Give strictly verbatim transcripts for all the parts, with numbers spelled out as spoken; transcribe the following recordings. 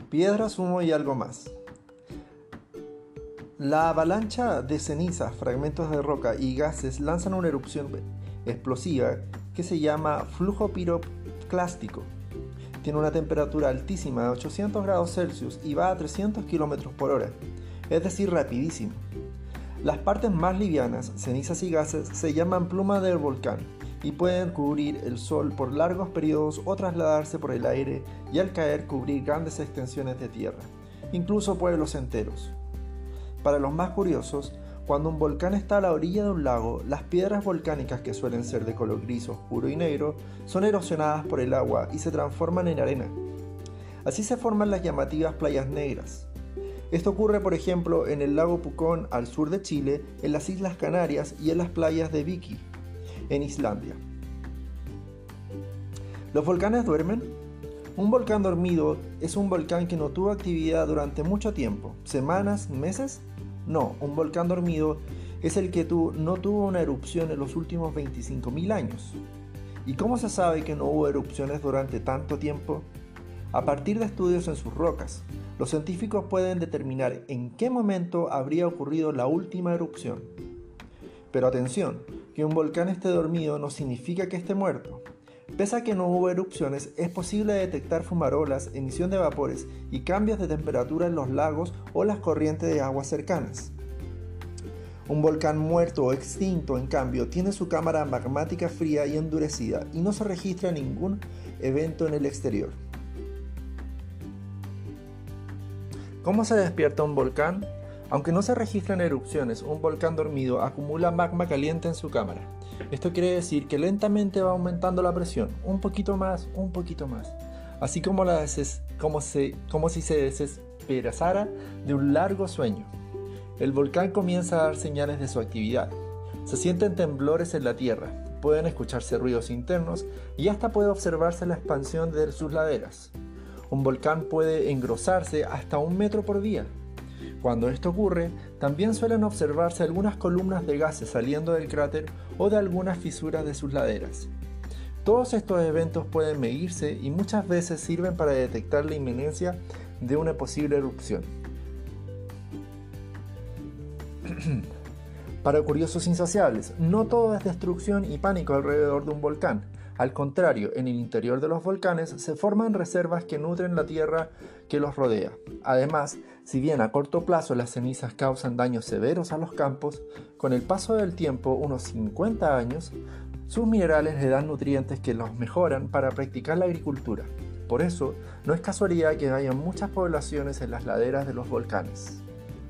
piedras, humo y algo más. La avalancha de cenizas, fragmentos de roca y gases lanzan una erupción explosiva que se llama flujo piroclástico. Tiene una temperatura altísima de ochocientos grados Celsius y va a trescientos kilómetros por hora, es decir, rapidísimo. Las partes más livianas, cenizas y gases, se llaman pluma del volcán y pueden cubrir el sol por largos periodos o trasladarse por el aire y al caer cubrir grandes extensiones de tierra, incluso pueblos enteros. Para los más curiosos, cuando un volcán está a la orilla de un lago, las piedras volcánicas, que suelen ser de color gris oscuro y negro, son erosionadas por el agua y se transforman en arena. Así se forman las llamativas playas negras. Esto ocurre, por ejemplo, en el lago Pucón al sur de Chile, en las Islas Canarias y en las playas de Viki, en Islandia. ¿Los volcanes duermen? Un volcán dormido es un volcán que no tuvo actividad durante mucho tiempo, semanas, meses. No, un volcán dormido es el que tu, no tuvo una erupción en los últimos veinticinco mil años. ¿Y cómo se sabe que no hubo erupciones durante tanto tiempo? A partir de estudios en sus rocas, los científicos pueden determinar en qué momento habría ocurrido la última erupción. Pero atención, que un volcán esté dormido no significa que esté muerto. Pese a que no hubo erupciones, es posible detectar fumarolas, emisión de vapores y cambios de temperatura en los lagos o las corrientes de agua cercanas. Un volcán muerto o extinto, en cambio, tiene su cámara magmática fría y endurecida y no se registra ningún evento en el exterior. ¿Cómo se despierta un volcán? Aunque no se registran erupciones, un volcán dormido acumula magma caliente en su cámara. Esto quiere decir que lentamente va aumentando la presión, un poquito más, un poquito más, así como, la deses- como, se, como si se desesperara de un largo sueño. El volcán comienza a dar señales de su actividad. Se sienten temblores en la tierra, pueden escucharse ruidos internos y hasta puede observarse la expansión de sus laderas. Un volcán puede engrosarse hasta un metro por día. Cuando esto ocurre, también suelen observarse algunas columnas de gases saliendo del cráter o de algunas fisuras de sus laderas. Todos estos eventos pueden medirse y muchas veces sirven para detectar la inminencia de una posible erupción. Para curiosos insaciables, no todo es destrucción y pánico alrededor de un volcán. Al contrario, en el interior de los volcanes se forman reservas que nutren la tierra que los rodea. Además, si bien a corto plazo las cenizas causan daños severos a los campos, con el paso del tiempo, unos cincuenta años, sus minerales le dan nutrientes que los mejoran para practicar la agricultura. Por eso, no es casualidad que haya muchas poblaciones en las laderas de los volcanes.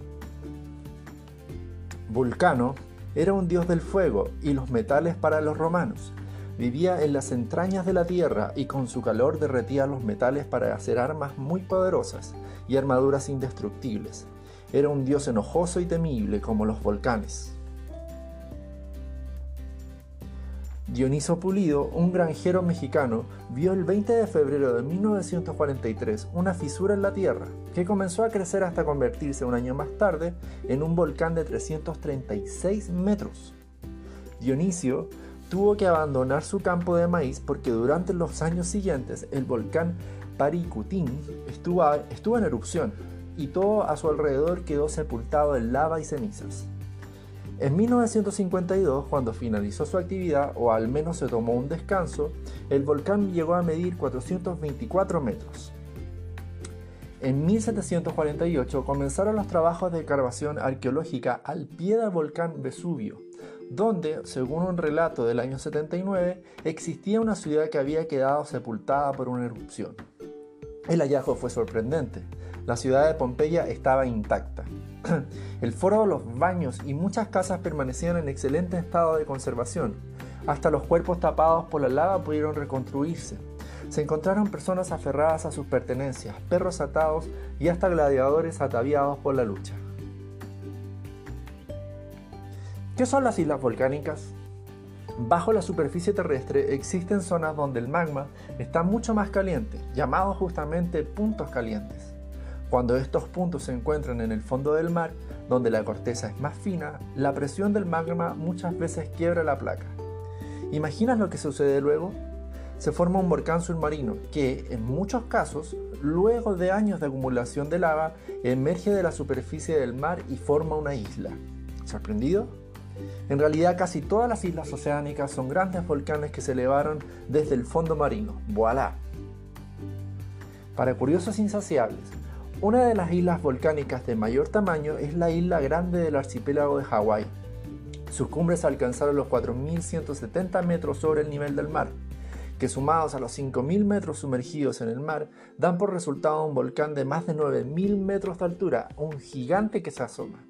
Vulcano era un dios del fuego y los metales para los romanos. Vivía en las entrañas de la tierra y con su calor derretía los metales para hacer armas muy poderosas y armaduras indestructibles. Era un dios enojoso y temible como los volcanes. Dioniso Pulido, un granjero mexicano, vio el veinte de febrero de mil novecientos cuarenta y tres una fisura en la tierra, que comenzó a crecer hasta convertirse un año más tarde en un volcán de trescientos treinta y seis metros. Dionisio tuvo que abandonar su campo de maíz porque durante los años siguientes el volcán Paricutín estuvo, estuvo en erupción y todo a su alrededor quedó sepultado en lava y cenizas. En mil novecientos cincuenta y dos, cuando finalizó su actividad, o al menos se tomó un descanso, el volcán llegó a medir cuatrocientos veinticuatro metros. En mil setecientos cuarenta y ocho comenzaron los trabajos de excavación arqueológica al pie del volcán Vesubio, donde, según un relato del año setenta y nueve, existía una ciudad que había quedado sepultada por una erupción. El hallazgo fue sorprendente. La ciudad de Pompeya estaba intacta. El foro, los baños y muchas casas permanecían en excelente estado de conservación. Hasta los cuerpos tapados por la lava pudieron reconstruirse. Se encontraron personas aferradas a sus pertenencias, perros atados y hasta gladiadores ataviados por la lucha. ¿Qué son las islas volcánicas? Bajo la superficie terrestre existen zonas donde el magma está mucho más caliente, llamados justamente puntos calientes. Cuando estos puntos se encuentran en el fondo del mar, donde la corteza es más fina, la presión del magma muchas veces quiebra la placa. ¿Imaginas lo que sucede luego? Se forma un volcán submarino que, en muchos casos, luego de años de acumulación de lava, emerge de la superficie del mar y forma una isla. ¿Sorprendido? En realidad, casi todas las islas oceánicas son grandes volcanes que se elevaron desde el fondo marino. ¡Voilá! Para curiosos insaciables, una de las islas volcánicas de mayor tamaño es la isla grande del archipiélago de Hawái. Sus cumbres alcanzaron los cuatro mil ciento setenta metros sobre el nivel del mar, que sumados a los cinco mil metros sumergidos en el mar, dan por resultado un volcán de más de nueve mil metros de altura, un gigante que se asoma.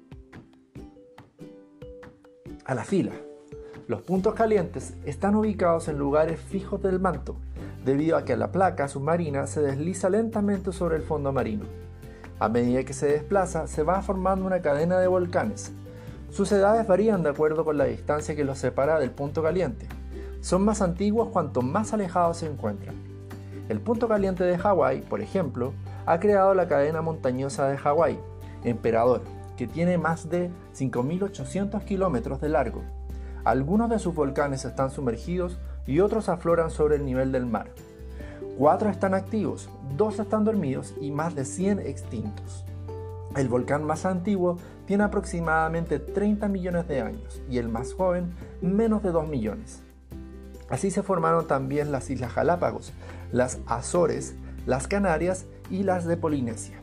A la fila. Los puntos calientes están ubicados en lugares fijos del manto, debido a que la placa submarina se desliza lentamente sobre el fondo marino. A medida que se desplaza, se va formando una cadena de volcanes. Sus edades varían de acuerdo con la distancia que los separa del punto caliente. Son más antiguos cuanto más alejados se encuentran. El punto caliente de Hawái, por ejemplo, ha creado la cadena montañosa de Hawái, Emperador, que tiene más de cinco mil ochocientos kilómetros de largo. Algunos de sus volcanes están sumergidos y otros afloran sobre el nivel del mar. Cuatro están activos, dos están dormidos y más de cien extintos. El volcán más antiguo tiene aproximadamente treinta millones de años y el más joven menos de dos millones. Así se formaron también las Islas Galápagos, las Azores, las Canarias y las de Polinesia.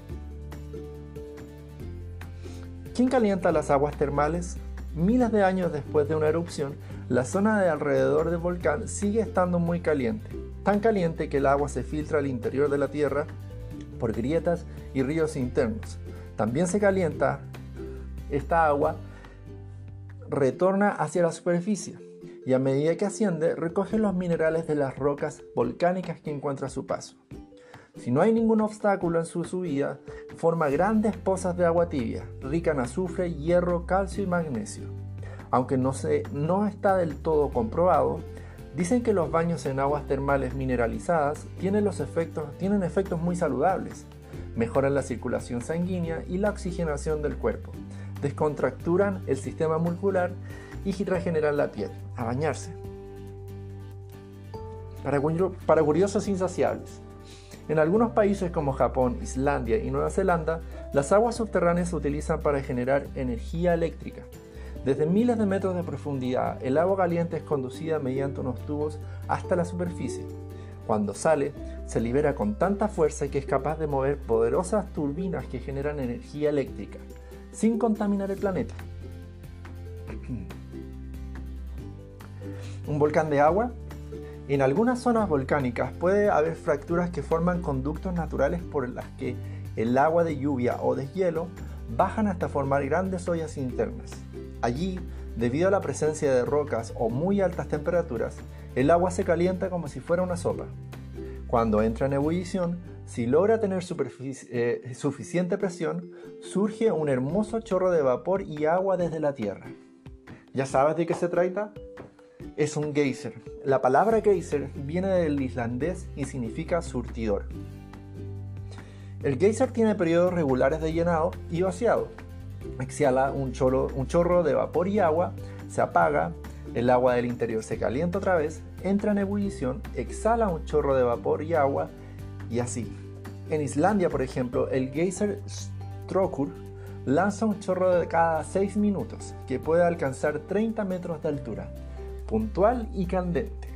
¿Quién calienta las aguas termales? Miles de años después de una erupción, la zona de alrededor del volcán sigue estando muy caliente, tan caliente que el agua se filtra al interior de la Tierra por grietas y ríos internos. También se calienta, esta agua retorna hacia la superficie y a medida que asciende recoge los minerales de las rocas volcánicas que encuentra a su paso. Si no hay ningún obstáculo en su subida, forma grandes pozas de agua tibia, rica en azufre, hierro, calcio y magnesio. Aunque no, se, no está del todo comprobado, dicen que los baños en aguas termales mineralizadas tienen, los efectos, tienen efectos muy saludables. Mejoran la circulación sanguínea y la oxigenación del cuerpo, descontracturan el sistema muscular y regeneran la piel. A bañarse. Para, para curiosos insaciables. En algunos países como Japón, Islandia y Nueva Zelanda, las aguas subterráneas se utilizan para generar energía eléctrica. Desde miles de metros de profundidad, el agua caliente es conducida mediante unos tubos hasta la superficie. Cuando sale, se libera con tanta fuerza que es capaz de mover poderosas turbinas que generan energía eléctrica, sin contaminar el planeta. ¿Un volcán de agua? En algunas zonas volcánicas puede haber fracturas que forman conductos naturales por las que el agua de lluvia o deshielo bajan hasta formar grandes ollas internas. Allí, debido a la presencia de rocas o muy altas temperaturas, el agua se calienta como si fuera una sopa. Cuando entra en ebullición, si logra tener eh, suficiente presión, surge un hermoso chorro de vapor y agua desde la tierra. ¿Ya sabes de qué se trata? Es un geyser. La palabra geyser viene del islandés y significa surtidor. El geyser tiene periodos regulares de llenado y vaciado. Exhala un chorro, un chorro de vapor y agua, se apaga, el agua del interior se calienta otra vez, entra en ebullición, exhala un chorro de vapor y agua y así. En Islandia, por ejemplo, el geyser Strókur lanza un chorro de cada seis minutos que puede alcanzar treinta metros de altura. Puntual y candente.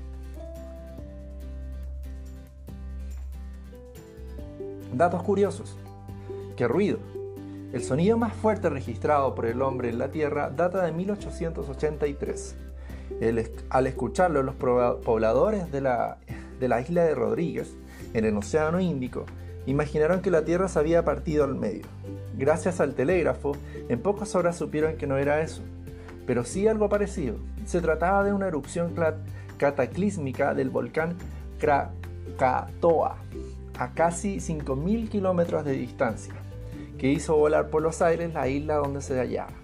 Datos curiosos. ¿Qué ruido? El sonido más fuerte registrado por el hombre en la Tierra data de mil ochocientos ochenta y tres. El, al escucharlo, los pobladores de la, de la isla de Rodríguez, en el Océano Índico, imaginaron que la Tierra se había partido al medio. Gracias al telégrafo, en pocas horas supieron que no era eso, pero sí algo parecido. Se trataba de una erupción cataclísmica del volcán Krakatoa, a casi cinco mil kilómetros de distancia, que hizo volar por los aires la isla donde se hallaba.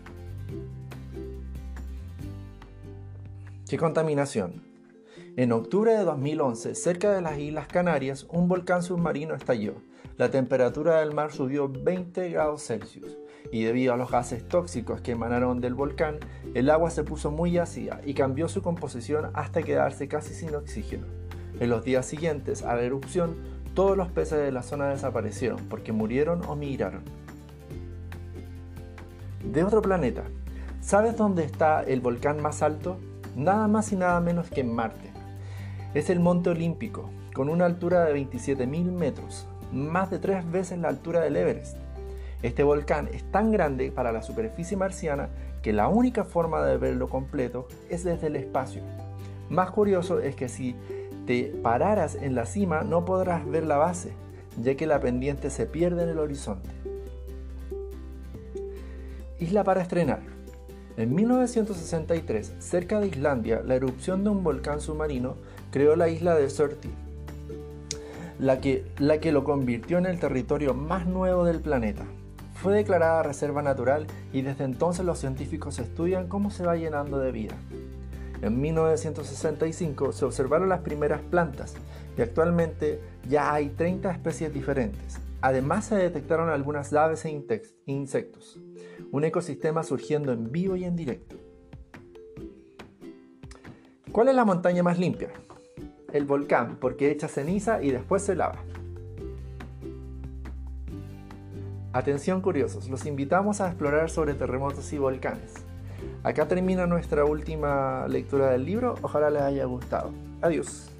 ¿Qué contaminación? En octubre de dos mil once, cerca de las Islas Canarias, un volcán submarino estalló. La temperatura del mar subió veinte grados Celsius. Y debido a los gases tóxicos que emanaron del volcán, el agua se puso muy ácida y cambió su composición hasta quedarse casi sin oxígeno. En los días siguientes a la erupción, Todos los peces de la zona desaparecieron porque murieron o migraron. De otro planeta, ¿sabes dónde está el volcán más alto? Nada más y nada menos que en Marte. Es el Monte Olímpico, con una altura de veintisiete mil metros, más de tres veces la altura del Everest. Este volcán es tan grande para la superficie marciana que la única forma de verlo completo es desde el espacio. Más curioso es que si te pararas en la cima no podrás ver la base, ya que la pendiente se pierde en el horizonte. Isla para estrenar. En mil novecientos sesenta y tres, cerca de Islandia, la erupción de un volcán submarino creó la isla de Surte, la que, la que lo convirtió en el territorio más nuevo del planeta. Fue declarada reserva natural y desde entonces los científicos estudian cómo se va llenando de vida. En mil novecientos sesenta y cinco se observaron las primeras plantas y actualmente ya hay treinta especies diferentes. Además se detectaron algunas aves e insectos. Un ecosistema surgiendo en vivo y en directo. ¿Cuál es la montaña más limpia? El volcán, porque echa ceniza y después se lava. Atención curiosos, los invitamos a explorar sobre terremotos y volcanes. Acá termina nuestra última lectura del libro, ojalá les haya gustado. Adiós.